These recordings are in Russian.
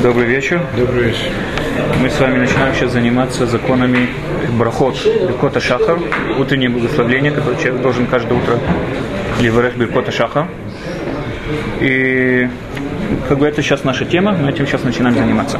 Добрый вечер. Добрый вечер. Мы с вами начинаем сейчас заниматься законами брахот, Биркот ха-Шахар, утреннее благословление, которое человек должен каждое утро леварех Биркот ха-Шахар. И это сейчас наша тема, мы этим сейчас начинаем заниматься.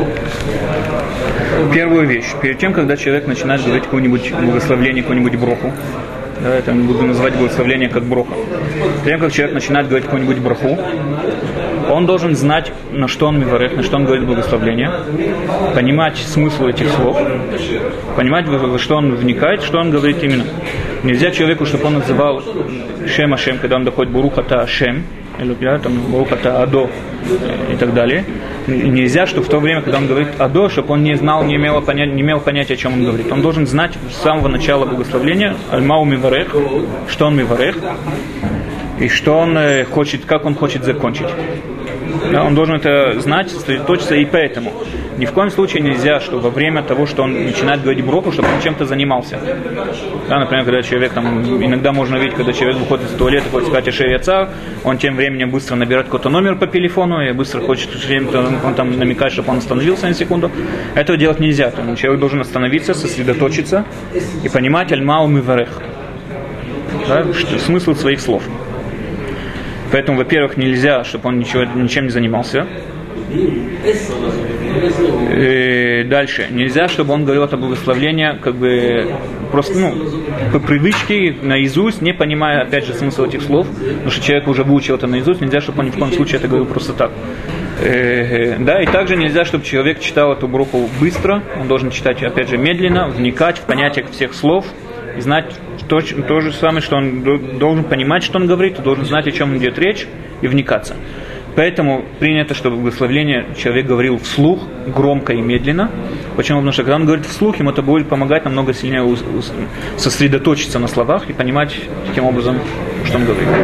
Первую вещь. Перед тем, когда человек начинает говорить какое-нибудь благословление, какую-нибудь броху, это я буду называть благословление как броха. Перед тем, как человек начинает говорить какую-нибудь браху, он должен знать, на что он миварех, на что он говорит благословление, понимать смысл этих слов, понимать, во что он вникает, что он говорит именно. Нельзя человеку, чтобы он называл Шем Ашем, когда он доходит Бурух ата Ашем, Бурух ата Адо и так далее. Нельзя, что в то время, когда он говорит Адо, чтобы он не знал, не имел понятия, о чем он говорит. Он должен знать с самого начала благословления Аль-Мау Миварех, что он миварех, и что он хочет, как он хочет закончить. Да, он должен это знать, сосредоточиться, и поэтому ни в коем случае нельзя, что во время того, что он начинает говорить броху, чтобы он чем-то занимался. Да, например, когда человек, иногда можно видеть, когда человек выходит из туалета, хочет сказать «Ашер яца», он тем временем быстро набирает какой-то номер по телефону и быстро хочет, он там намекает, чтобы он остановился на секунду. Этого делать нельзя. Человек должен остановиться, сосредоточиться и понимать «Аль-Мау Миварех», да, смысл своих слов. Поэтому, во-первых, нельзя, чтобы он ничем не занимался. И дальше. Нельзя, чтобы он говорил это благословление, просто, по привычке, наизусть, не понимая, опять же, смысл этих слов. Потому что человек уже выучил это наизусть, нельзя, чтобы он ни в коем случае это говорил просто так. Да, и также нельзя, чтобы человек читал эту броху быстро. Он должен читать, опять же, медленно, вникать в понятие всех слов. И знать то же самое, что он должен понимать, что он говорит, должен знать, о чем идет речь, и вникаться. Поэтому принято, чтобы благословление человек говорил вслух, громко и медленно. Почему? Потому что когда он говорит вслух, ему это будет помогать намного сильнее сосредоточиться на словах и понимать таким образом, что он говорит.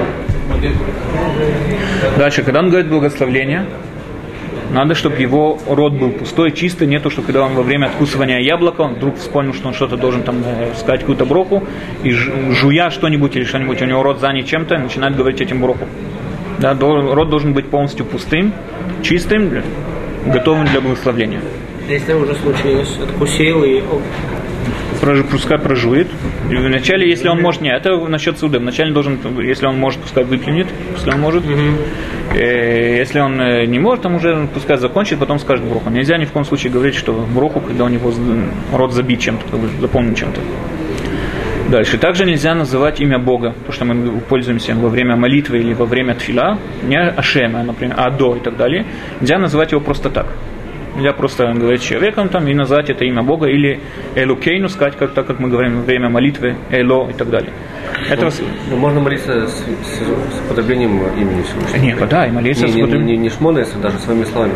Дальше, когда он говорит благословление, надо, чтобы его рот был пустой, чистый, не то, что когда он во время откусывания яблока, он вдруг вспомнил, что он что-то должен сказать какую-то броху, и жуя что-нибудь или что-нибудь, у него рот занят чем-то, начинает говорить этим броху. Да, рот должен быть полностью пустым, чистым, готовым для благословления. Если уже случилось, откусил и... Пускай прожует. И вначале, если он может... Нет, это насчет суда. Вначале должен, если он может, пускай выплюнет, если он может. Если он не может, там уже пускай закончит, потом скажет броху. Нельзя ни в коем случае говорить, что броху, когда у него рот забит чем-то, заполнен чем-то. Дальше. Также нельзя называть имя Бога, то, что мы пользуемся во время молитвы или во время тфила, не Ашем, а, например, Адо и так далее. Нельзя называть его просто так. Нельзя просто говорить человеком и назвать это имя Бога, или Элокейну сказать, так как мы говорим во время молитвы, Эло и так далее. Можно молиться с употреблением имени Всевышнего? Нет, да, и молиться с употреблением. Не шмонается, даже своими словами.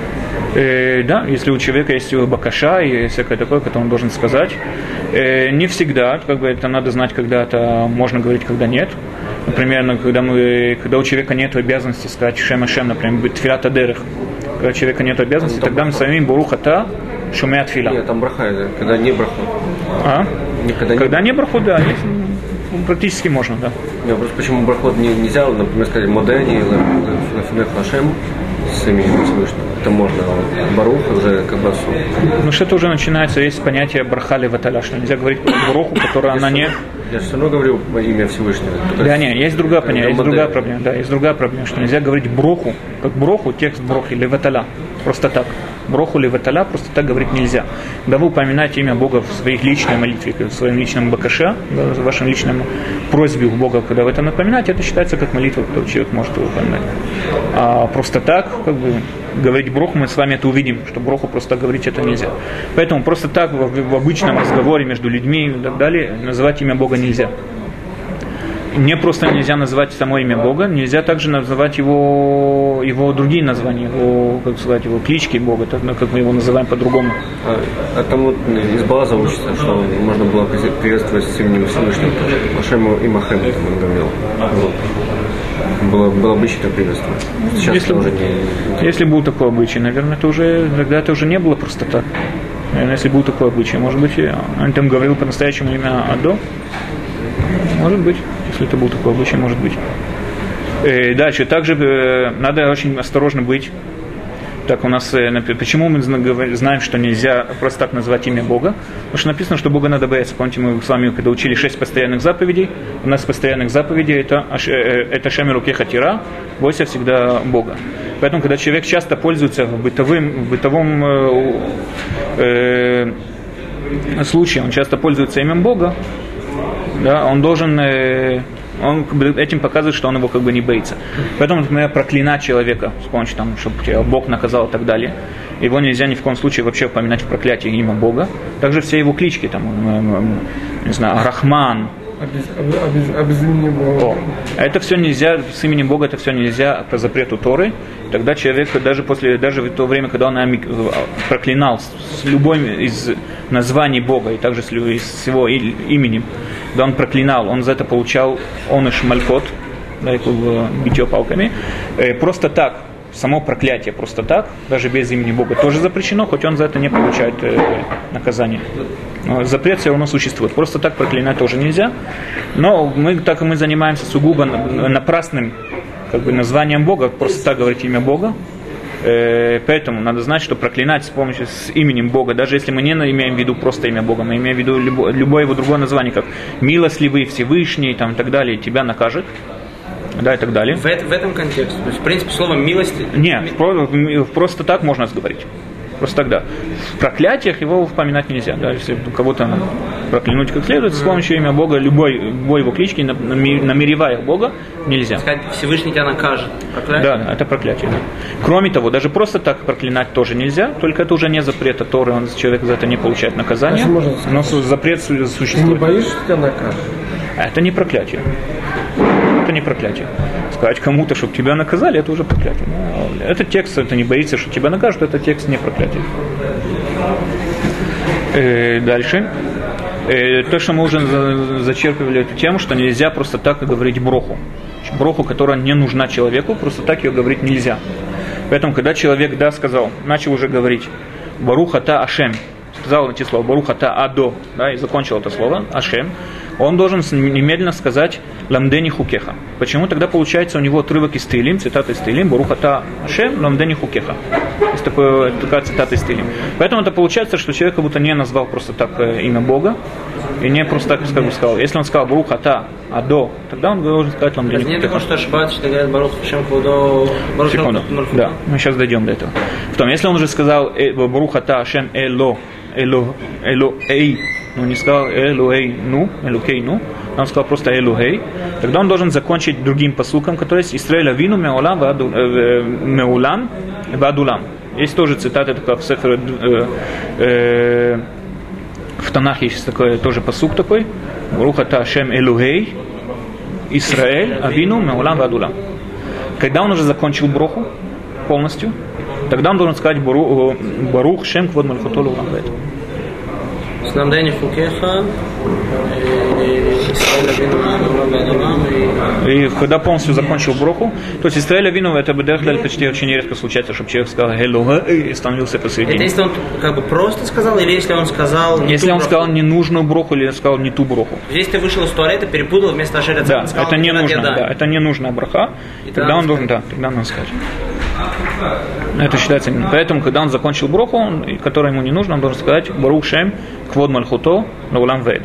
Да, если у человека есть бакаша и всякое такое, которое он должен сказать. Не всегда, это надо знать, когда это можно говорить, когда нет. Например, когда у человека нет обязанности сказать Шем Ашем, например, тфилат адерех. Когда у человека нет обязанности, тогда мы самим Бурух ата шумея тфила. Нет, там браха, когда не браху. Когда не браху, да, практически можно, да. Нет, просто почему брахот нельзя, например, сказать Модени или Лафинех Ашем с именем Всевышнего. Это можно, а Барух уже как бы особо. Ну что-то уже начинается, есть понятие брахали ваталя, что нельзя говорить броху, которая она не... Я все равно говорю во имя Всевышнего. Да, нет, есть другая понятие, есть другая проблема. Да, есть другая проблема, что нельзя говорить броху, как броху, текст брохи, леваталя, просто так. Броху леваталя просто так говорить нельзя. Когда вы упоминаете имя Бога в своей личной молитве, в своем личном бакаше, в вашем личном просьбе у Бога, когда вы это напоминаете, это считается как молитва, которую человек может упоминать. А просто так, говорить броху, мы с вами это увидим, что броху просто так говорить это нельзя. Поэтому просто так в обычном разговоре между людьми и так далее называть имя Бога нельзя. Не просто нельзя называть само имя Бога, нельзя также называть его другие названия, его клички Бога, как мы его называем по-другому. А там из базы учится, что можно было приветствовать с именем Всевышнего, Ашему и Махем, он говорил. Было обычай так приветствовать. Сейчас уже не... Если был такой обычай, наверное, тогда это уже не было просто так. Наверное, если был такой обычай, может быть, он там говорил по-настоящему имя Адо, может быть. Если это был такой обычай, может быть. Дальше. Также надо очень осторожно быть. Так у нас, почему мы знаем, что нельзя просто так назвать имя Бога? Потому что написано, что Бога надо бояться. Помните, мы с вами, когда учили 6 постоянных заповедей, у нас постоянных заповедей это Шем Элокеха Тира, бойся всегда Бога. Поэтому, когда человек часто пользуется в бытовом случае, он часто пользуется именем Бога, да, он должен... Он этим показывает, что он его как бы не боится. Поэтому, например, проклинать человека с помощью, там, чтобы тебя Бог наказал и так далее, его нельзя ни в коем случае вообще упоминать в проклятии имя Бога. Также все его клички, там, не знаю, Рахман. Без имени Бога. Это все нельзя, с именем Бога это все нельзя по запрету Торы. Тогда человек, даже в то время, когда он проклинал с любой из названий Бога, и также с его именем, когда он проклинал, он за это получал оныш малькот, да, битье палками. Просто так, само проклятие просто так, даже без имени Бога, тоже запрещено, хоть он за это не получает наказание. Но запрет все равно существует. Просто так проклинать тоже нельзя. Но мы занимаемся сугубо напрасным как бы названием Бога, просто так говорить имя Бога. Поэтому надо знать, что проклинать с именем Бога, даже если мы не имеем в виду просто имя Бога, мы имеем в виду любое его другое название, как милостливый, Всевышний, там, и так далее, тебя накажет. Да, и так далее. В этом контексте. То есть, в принципе, слово милость... Нет, просто так можно говорить. Просто тогда. В проклятиях его упоминать нельзя. Да? Если кого-то проклянуть как следует, с помощью имя Бога, любой его клички, намеревая Бога, нельзя. Сказать, Всевышний тебя накажет. Проклятие? Да, это проклятие. Да. Кроме того, даже просто так проклинать тоже нельзя, только это уже не запрет от Торы, человек за это не получает наказание, но запрет существует. Ты не боишься, что тебя накажут? Это не проклятие. Это не проклятие. Сказать кому-то, чтобы тебя наказали, это уже проклятие. Этот текст, это не боится, что тебя накажут, это текст не проклятие. Дальше. То, что мы уже зачерпывали эту тему, что нельзя просто так говорить броху. Броху, которая не нужна человеку, просто так ее говорить нельзя. Поэтому, когда человек, начал уже говорить Барух ата Ашем, сказал эти слова Барух ата Адо, да, и закончил это слово Ашем, он должен немедленно сказать «Ламдени хукеха». Почему? Тогда получается у него отрывок из Теилим, цитата из Теилим, «Барух ата Ашем, ламдени хукеха». Есть такая цитата из Теилим. Поэтому это получается, что человек как будто не назвал просто так имя Бога, и не просто так сказал. Если он сказал «Барух ата Адо», тогда он должен сказать «Ламдени хукеха». Нет такого, что ошибается, что говорят «Барух Ашем Кводо». Секунду. Да, мы сейчас дойдем до этого. Потом, если он уже сказал «Барух ата Ашем Элоэй», но не сказал Элокейну, он сказал просто Элохей, тогда он должен закончить другим пасуком, который есть Исраэль Авину Меулам Вадулам. Есть тоже цитата такая в Сефер, в Танахе есть такой тоже пасук такой, Барух ата Ашем Элохей Исраэль Авину Меулам Вадулам. Когда он уже закончил броху полностью, тогда он должен сказать Барух Шем Квод Мальхото Леулам Ваэд. Ламдени хукеха, и когда полностью закончил броху, то есть Исраэль Авину, это почти очень редко случается, чтобы человек сказал «Хелло» и становился посередине. Это если он как бы просто сказал, или если он сказал не если ту он броху? Сказал ненужную броху, или сказал не ту броху. Здесь ты вышел из туалета, перепутал вместо Ашер да, сказал, это не нужно, да, это не нужная броха, тогда он должен, тогда надо сказать. Это считается именно. Поэтому, когда он закончил броху, которая ему не нужна, он должен сказать «Барух Шем Квод Мальхуто Леулам Ваэд».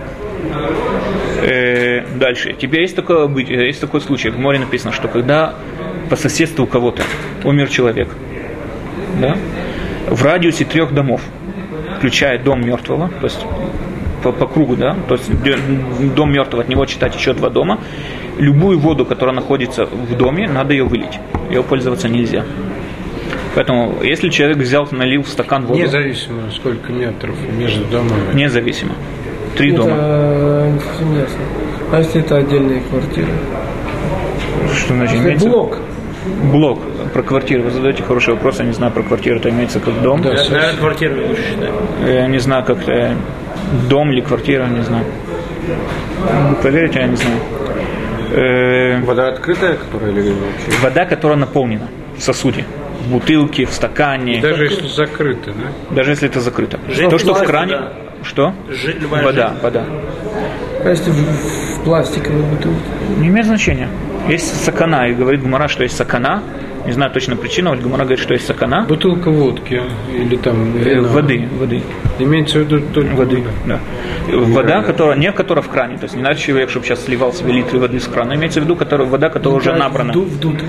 Дальше. Теперь есть такой случай. В море написано, что когда по соседству у кого-то умер человек, да, в радиусе 3 домов, включая дом мертвого, то есть по кругу, да, то есть дом мертвого, от него читать еще 2 дома, любую воду, которая находится в доме, надо ее вылить. Ее пользоваться нельзя. Поэтому, если человек налил в стакан воду... Независимо, сколько метров между домами. Независимо. 3 дома. Это не совсем ясно. А если это отдельные квартиры? Что значит имеется? Блок. Про квартиру. Вы задаете хороший вопрос. Я не знаю, про квартиру это имеется как дом. Да, наверное, квартиру лучше считать. Я не знаю, как дом или квартира, не знаю. Вы проверите, я не знаю. Вода открытая, которая или вообще? Вода, которая наполнена в сосуде. В бутылке, в стакане. Даже если закрыто, да? Даже если это закрыто. Жидкость, то, что в кране... вода. Что? Вода. А если в пластиковой бутылке? Не имеет значения. Есть сакана, и говорит Гемара, что есть сакана, Не знаю точно причину, вот Гемара говорит, что есть сакана. Бутылка водки или там Воды. Имеется в виду только Воды, да. Вода, которая в кране. То есть не надо человек, чтобы сейчас сливал себе литры воды с крана. Имеется в виду вода, которая уже набрана. В дуте.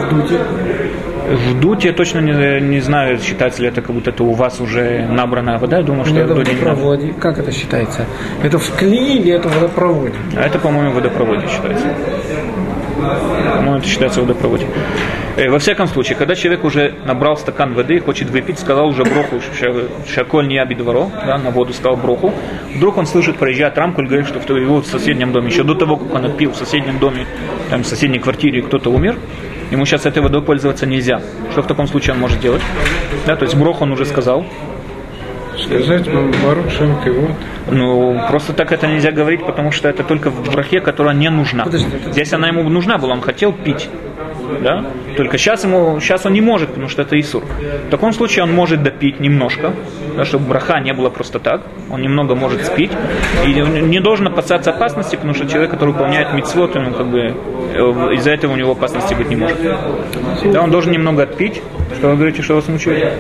В дуте я точно не знаю, считается ли это, как будто это у вас уже набранная вода. Я думаю, что это в водопроводе. Как это считается? Это в клее или это в водопроводе? А это, по-моему, в водопроводе считается. По-моему, это считается в водопроводе. Во всяком случае, когда человек уже набрал стакан воды и хочет выпить, сказал уже броху, шаколь не яби дворо, да, на воду сказал броху, вдруг он слышит, проезжает рамку и говорит, что в его соседнем доме, еще до того, как он отпил в соседнем доме, там в соседней квартире кто-то умер, ему сейчас этой водой пользоваться нельзя. Что в таком случае он может делать? Да, то есть броху он уже сказал. Сказать Барух Шем Кивот. Ну, просто так это нельзя говорить, потому что это только в брахе, которая не нужна. Здесь она ему нужна была, он хотел пить. Да? Только сейчас он не может, потому что это Исур. В таком случае он может допить немножко, да, чтобы браха не было просто так. Он немного может спить. И не должен опасаться опасности, потому что человек, который выполняет мицвот, ему как бы из-за этого у него опасности быть не может. Да, он должен немного отпить. Что вы говорите, что вас мучает?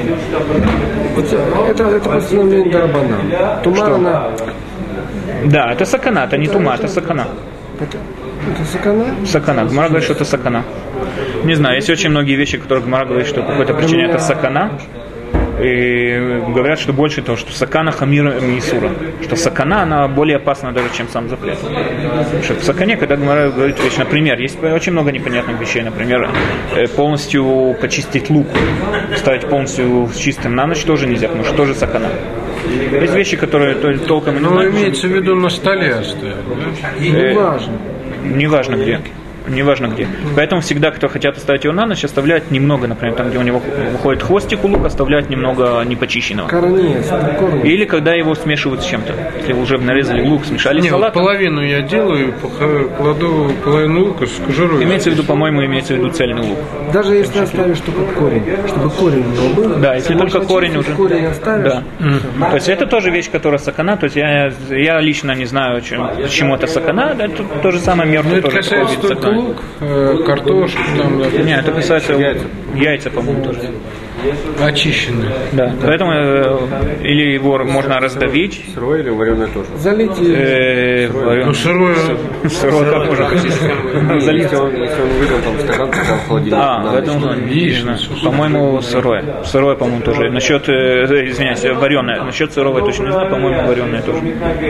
Это постановление Дарабана. Тумана. Да, это сакана, это не тума, это сакана. Это сакана? Сакана. Гмара говорит, что это сакана. Не знаю, есть очень многие вещи, которые Гмара говорит, что по какой-то причине это сакана. И говорят, что больше того, что сакана хамира мисура. Что сакана, она более опасна даже, чем сам запрет. Потому что в сакане, когда Гмара говорит вещь, например, есть очень много непонятных вещей. Например, полностью почистить лук, ставить полностью чистым на ночь тоже нельзя, потому что тоже сакана. Есть вещи, которые толком не знают. Имеется в виду на столе оставить, да? Неважно где. Неважно где. Поэтому всегда, кто хотят оставить его на ночь, оставляют немного, например, там, где у него выходит хвостик у лука, оставляют немного непочищенного. Корни. Или когда его смешивают с чем-то. Если уже нарезали лук, смешали салат. Половину я делаю, кладу половину лука с кожурой. Имеется в виду, по-моему, имеется в виду цельный лук. Даже если оставишь только корень, чтобы корень у него был. Да, если только корень уже. Корень оставишь. Да. То есть это тоже вещь, которая сакана. То есть я лично не знаю, почему это сакана. Да, это то же самое мертвый тоже такой вид сакана. Лук, картошку там, да. Нет, это касается яйца, по-моему, тоже. Очищенные. Да. Поэтому или его можно раздавить. Сырое или вареное тоже? Залить. Сырое как можно почистить? Залить. Если он вылил там стакан, тогда в холодильник. В этом яично. По-моему, сырое. Сырое, по-моему, тоже. Насчет, извиняюсь, вареное. Насчет сырого я точно не знаю, по-моему, вареное тоже.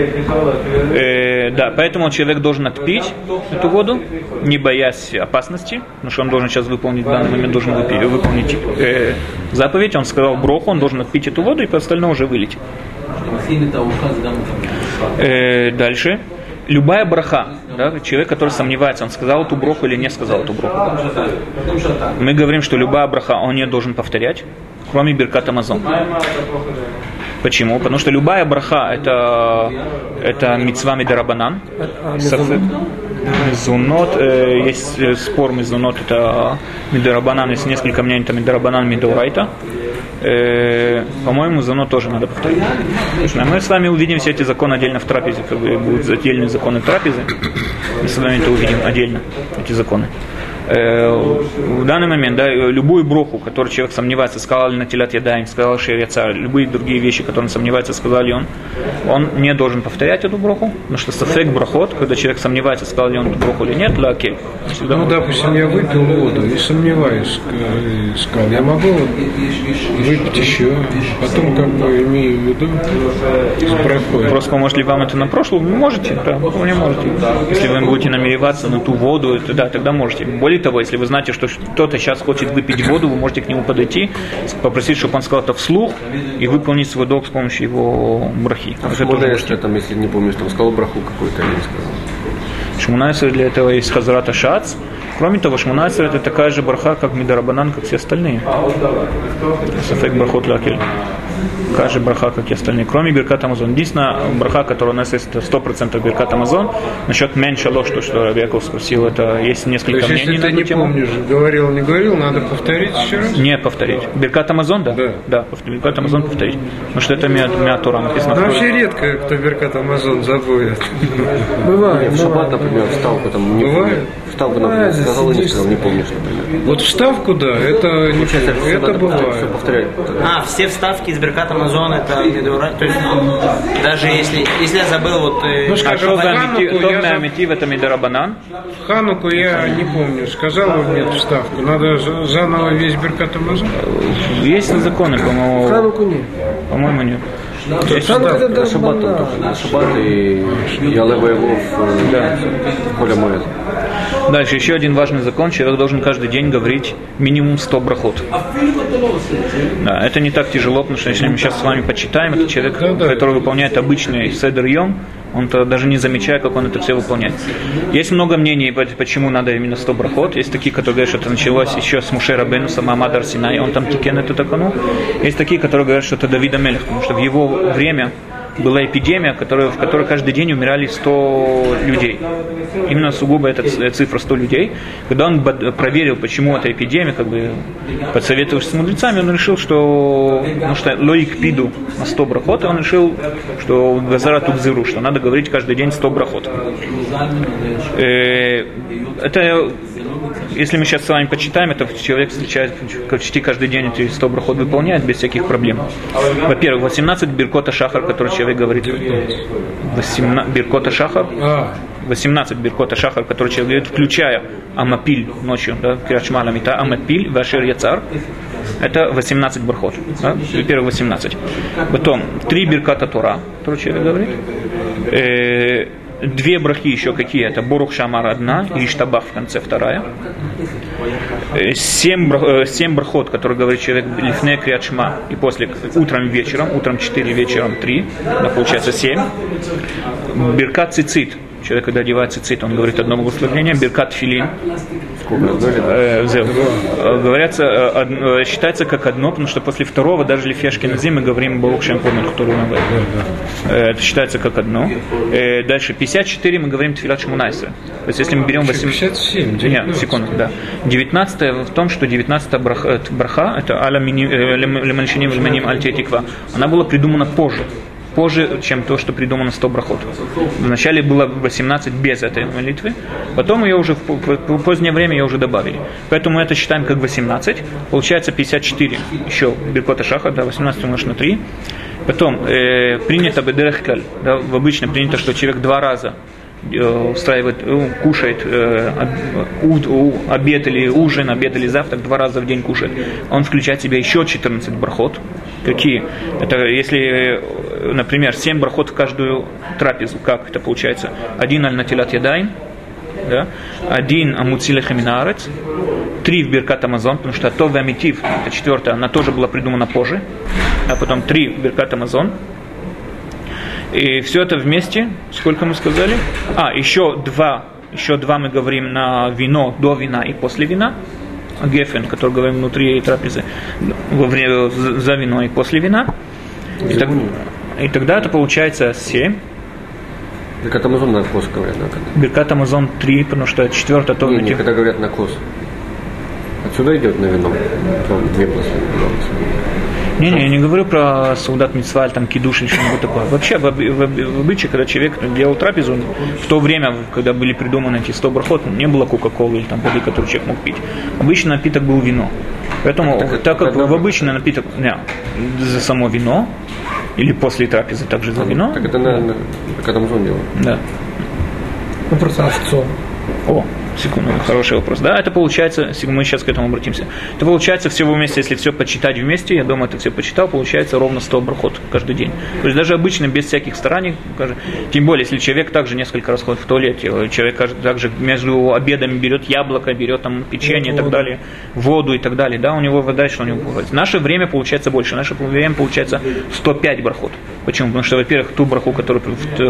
Да, поэтому человек должен отпить эту воду, не боясь опасности, потому что он должен сейчас выполнить, в данный момент должен выполнить заповедь, он сказал броху, он должен отпить эту воду и по остальному уже вылить. Дальше. Любая браха, да, человек, который сомневается, он сказал эту броху или не сказал эту броху. Мы говорим, что любая браха он не должен повторять, кроме Биркат Амазон. Почему? Потому что любая браха это мицва мидарабанан. Мизунот, есть спор мизунот, это мидарабанан, есть несколько мнений, это мидарабанан, мидорайта. По-моему, мизунот тоже надо повторить. Мы с вами увидим все эти законы отдельно в трапезе, как бы будут отдельные законы трапезы. Мы с вами это увидим отдельно, эти законы. В данный момент, да, любую броху, которую человек сомневается, сказал ли на телят ядаем, сказал шер яцар, любые другие вещи, которые он сомневается, сказал ли он не должен повторять эту броху, потому что сафек брахот, когда человек сомневается, сказал ли он эту броху или нет, лакель. Допустим, я выпил воду и сомневаюсь, сказал, я могу выпить еще, потом как бы имею в виду с брахой. Просто поможет ли вам это на прошлом? Вы можете, да, вполне можете. Если вы будете намереваться на ту воду, тогда можете. Более того, если вы знаете, что кто-то сейчас хочет выпить воду, вы можете к нему подойти, попросить, чтобы он сказал это вслух и выполнить свой долг с помощью его брахи. Если не помнишь, там сказал браху какую-то или не сказал. Шмунайсер для этого есть хазрат ашац. Кроме того, шмунайсер это такая же браха, как мидарабанан, как все остальные. Сафек брахот лакель. Такая же браха, как и остальные. Кроме Биркат Амазон. Единственная браха, которая у нас есть, это 100% Биркат Амазон. Насчет меньше ложь, то, что Раби Яков спросил, это есть несколько мнений. Если ты не помнишь, говорил, не говорил, надо повторить еще раз? Не повторить. Биркат Амазон, да? Да, Биркат Амазон повторить. Потому что это Миатура написано. Вообще редко, кто Биркат Амазон забудет. Бывает. В шаббат, например, встал, потом не бывает. вставку сказал или не сказал, не помнишь, например. Вот вставку, да, это не Получается, помню, это все бывает. повторять. Все вставки из Беркат Амазон это недура. То есть даже если я забыл вот. Ну, А скажем, что за аметив, это мидарабанан? в Хануку я не помню, сказал он нет вставку. Надо заново весь Беркат Амазон. Есть законы, по-моему. Хануку нет. По-моему, нет. На шаббат и Ялева его в поле моет. Дальше еще один важный закон. Человек должен каждый день говорить минимум 100 брахот. Да, это не так тяжело, потому что если мы сейчас с вами почитаем, это человек, который выполняет обычный седер йом, он-то даже не замечает, как он это все выполняет. Есть много мнений, почему надо именно 100 брахот. Есть такие, которые говорят, что это началось еще с Моше Рабейну, Муаммад ар-Синай, он там тикен эту такану. Есть такие, которые говорят, что это Давид а-Мелех, потому что в его время была эпидемия, в которой каждый день умирали 100 людей. Именно сугубо эта цифра 100 людей. Когда он проверил, почему эта эпидемия, подсоветовавшись с мудрецами, он решил, что лоик пиду на 100 брахот, и он решил, что газара тут зыру, что надо говорить каждый день 100 брахот. Это, если мы сейчас с вами почитаем, это человек встречает, почти каждый день эти 100 брахот выполняет без всяких проблем. Во-первых, 18 биркота шахар, который человек говорит, 18 биркота шахар, 18 биркота шахар, который человек говорит, включая амапиль ночью, да, кират шма ламита, амапиль, вашер яцар, это 18 брахот, да, первых 18. Потом 3 бирката Тора, который человек говорит, 2 брахи еще какие, это Борух Шамар 1 и Иштабах в конце 2. 7 брахот, которые говорит человек лифне криат шма, и после утром и вечером, утром 4, вечером 3, да, получается 7. Биркат цицит, человек, когда одевает цицит, он говорит одно благословение. Биркат филин, считается как одно, потому что после второго, даже лифешки назим, мы говорим Борух Шем Помер, который он говорит. Это считается как одно. Дальше 54 мы говорим Тфилат Шмунайсра. То есть если мы берем 57, 19 в том, что 19 браха, это аля лемальшиним жменим альтетиква, она была придумана позже, чем то, что придумано 100 брахот. Вначале было 18 без этой молитвы, потом ее уже в позднее время ее уже добавили. Поэтому мы это считаем как 18. Получается 54 еще биркота шаха, да, 18 умножить на 3. Потом принято бедерехкаль, да, обычно принято, что человек 2 раза устраивает, кушает обед или ужин, обед или завтрак 2 раза в день кушает. Он включает в себя еще 14 брахот. Какие? Это если, например, 7 брахот в каждую трапезу. Как это получается? 1 аль-натилат ядайн, да? 1 амуцилеха минаарец, 3 в Биркат Амазон, потому что то в Амитив, это 4, она тоже была придумана позже, а потом 3 в Биркат Амазон. И все это вместе, сколько мы сказали? Еще два мы говорим на вино, до вина и после вина. Гефен, который говорим внутри трапезы, за вино и после вина. И тогда это получается 7. Биркат Амазон на кос говорят. Биркат Амазон 3, потому что 4 то... Не, когда говорят на кос. Отсюда идет на вино. 2 после. Не, я не говорю про Саудат Мицваль, там кидуш или что-нибудь такое. Вообще, в обычае, когда человек делал трапезу, в то время, когда были придуманы эти 100 брахот, не было кока-колы или там воды, которую человек мог пить. Обычный напиток был вино. Поэтому, так как в обычный напиток, за само вино, или после трапезы также за вино. Так это на Амазон дело. Да. Ну, просто овцом. Секунду, хороший вопрос. Да, это получается, мы сейчас к этому обратимся. Это получается всего вместе, если все почитать вместе, я думаю, это все почитал, получается ровно 100 брахот каждый день. То есть даже обычно, без всяких стараний, тем более, если человек также несколько раз ходит в туалет, человек также между обедами берет яблоко, берет там печенье и так далее, воду и так далее, да, у него вода, что у него бывает. Наше время получается больше, наше время получается 105 брахот. Почему? Потому что, во-первых, ту браху, которую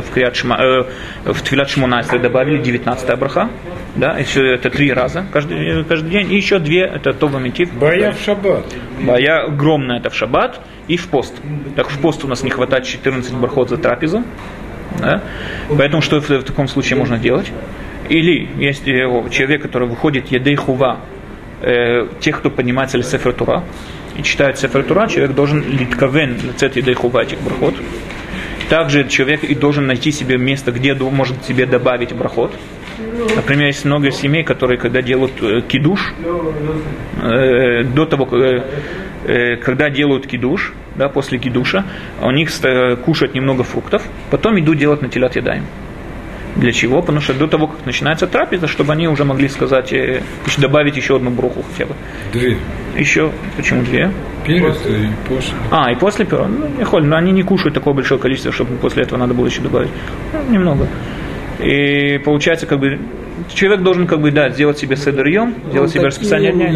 в Тфилат Шмунайсра добавили, 19 браха, да, еще это 3 раза каждый день, и еще 2 это това митив. Бая в шаббат. Бая огромная это в шаббат и в пост. Так в пост у нас не хватает 14 брахот за трапезу, да? Поэтому что в таком случае можно делать? Или есть человек, который выходит едей хува, тех, кто поднимается ли Сефер Тура и читает Сефер Тура, человек должен литкавен лецет едей хува этих брахот. Также человек и должен найти себе место, где может себе добавить брахот. Например, есть много семей, которые, когда делают кидуш, до того, когда делают кидуш, да, после кидуша, у них кушают немного фруктов, потом идут делать натилат ядаим. Для чего? Потому что до того, как начинается трапеза, чтобы они уже могли сказать, добавить еще одну бруху хотя бы. 2. Еще, почему 2? Перед и после. И после пера. Но они не кушают такое большое количество, чтобы после этого надо было еще добавить. Немного. И получается, как бы, человек должен, как бы, сделать себе седер-йом, сделать себе расписание дня.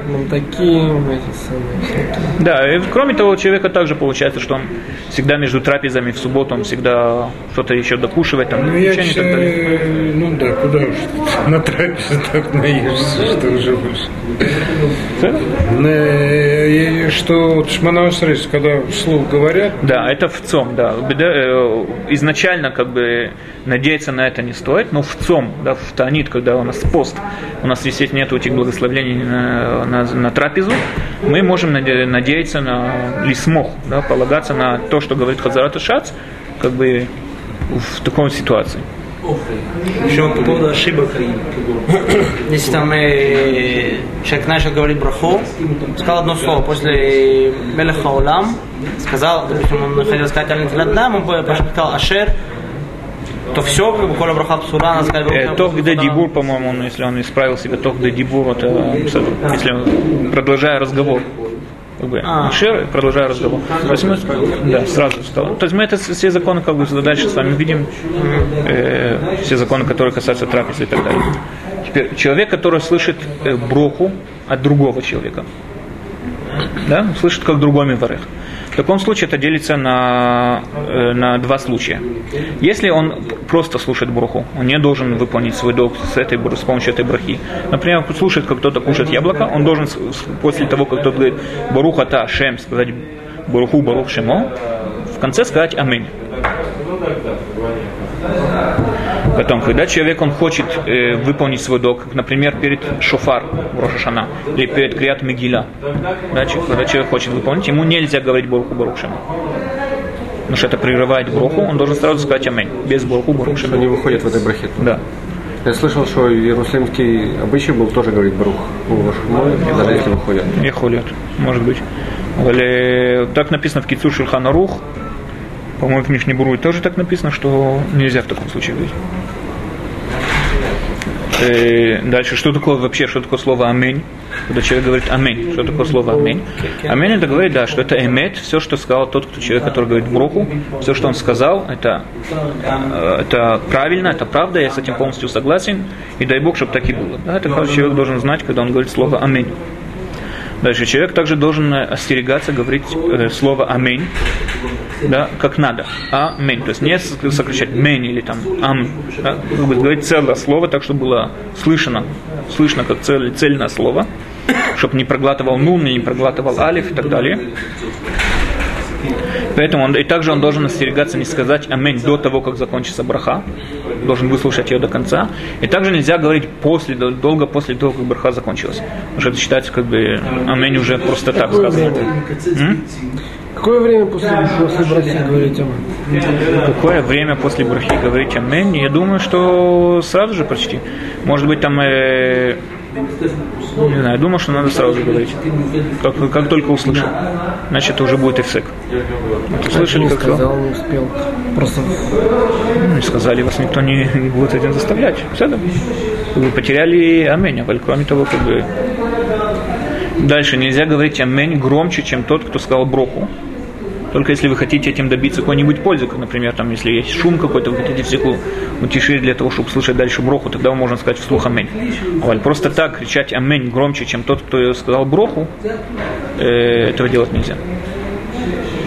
Да, и кроме того, у человека также получается, что он всегда между трапезами в субботу, он всегда что-то еще докушивает, там, печенье и так далее. Куда уж на трапезе так наешься, что уже больше. Что Шмона Асрейс, когда вслух говорят... Да, это в ЦОМ, да. Изначально, как бы, надеяться на это не стоит, но в ЦОМ, да, в Таанит, когда у нас пост, у нас висеть нет этих благословений на трапезу, мы можем надеяться на лисмох, да, полагаться на то, что говорит Хазарат Шац, как бы в такой ситуации. Еще по поводу ошибок. Если там человек начал говорить браху, сказал одно слово, после Мелеха Олам, сказал, допустим, он хотел сказать Аль-Нитилат Дам, он сказал Ашер, то все, как бы, коля браха псура, надо сказать... Тох где дибур, по-моему, если он исправил себя, тох где дибур, это если он, продолжая разговор. Шер, продолжая разговор. То есть мы, да, сразу стало. То есть мы это все законы, как бы, дальше с вами видим, все законы, которые касаются трапезы и так далее. Теперь человек, который слышит броху от другого человека, да, слышит как другой миварех. В таком случае это делится на 2 случая. Если он просто слушает браху, он не должен выполнить свой долг с помощью этой брахи. Например, он слушает, как кто-то кушает яблоко, он должен после того, как кто-то говорит «Барух ата Шем», сказать «Баруху Барух Шемо», в конце сказать «Аминь». Потом, когда человек он хочет выполнить свой долг, например, перед шофар в Рош ха-Шана или перед Крият Мегила, да, когда человек хочет выполнить, ему нельзя говорить Баруху Барух Шемо. Потому что это прерывает браху, он должен сразу сказать аминь, без Баруху Барух Шемо. Они выходят в этой брахе. Да. Я слышал, что иерусалимский обычай был тоже говорить Барух Барух Шемо, даже если выходят. Выходят, может быть. Так написано в Кицур Шульхан Арух. По-моему, в Мишне Буруй тоже так написано, что нельзя в таком случае говорить. Дальше, что такое слово «аминь»? Когда человек говорит «аминь», что такое слово «аминь»? «Аминь» это говорит, да, что это эмет, все, что сказал тот человек, который говорит броху, все, что он сказал, это правильно, это правда, я с этим полностью согласен, и дай Бог, чтобы так и было. Да, это человек должен знать, когда он говорит слово «аминь». Дальше, человек также должен остерегаться говорить слово «аминь», да, как надо. Аминь. То есть не сокращать мень или там ам. Да, говорить целое слово, так чтобы было слышно как цельное слово, чтобы не проглатывал нун, не проглатывал алиф и так далее. Поэтому и также он должен остерегаться не сказать аминь до того, как закончится браха. Должен выслушать ее до конца. И также нельзя говорить долго после того, как браха закончилась. Потому что это считается как бы аминь уже просто так сказано. Какое время после брахи говорить аминь? Какое время после брахи говорить аминь? Я думаю, что сразу же почти. Может быть там... Не знаю, я думаю, что надо сразу же говорить. Как только услышал. Значит, это уже будет эфсек. Услышали, как сказал, не успел. Просто... Не сказали, вас никто не будет этим заставлять. Все, да? Вы потеряли аминь, а кроме того, как бы... Дальше нельзя говорить аминь громче, чем тот, кто сказал броху. Только если вы хотите этим добиться какой-нибудь пользы, как, например, там, если есть шум какой-то, вы хотите всех утешить для того, чтобы слышать дальше броху, тогда можно сказать вслух аминь. А просто так кричать аминь громче, чем тот, кто сказал броху, этого делать нельзя.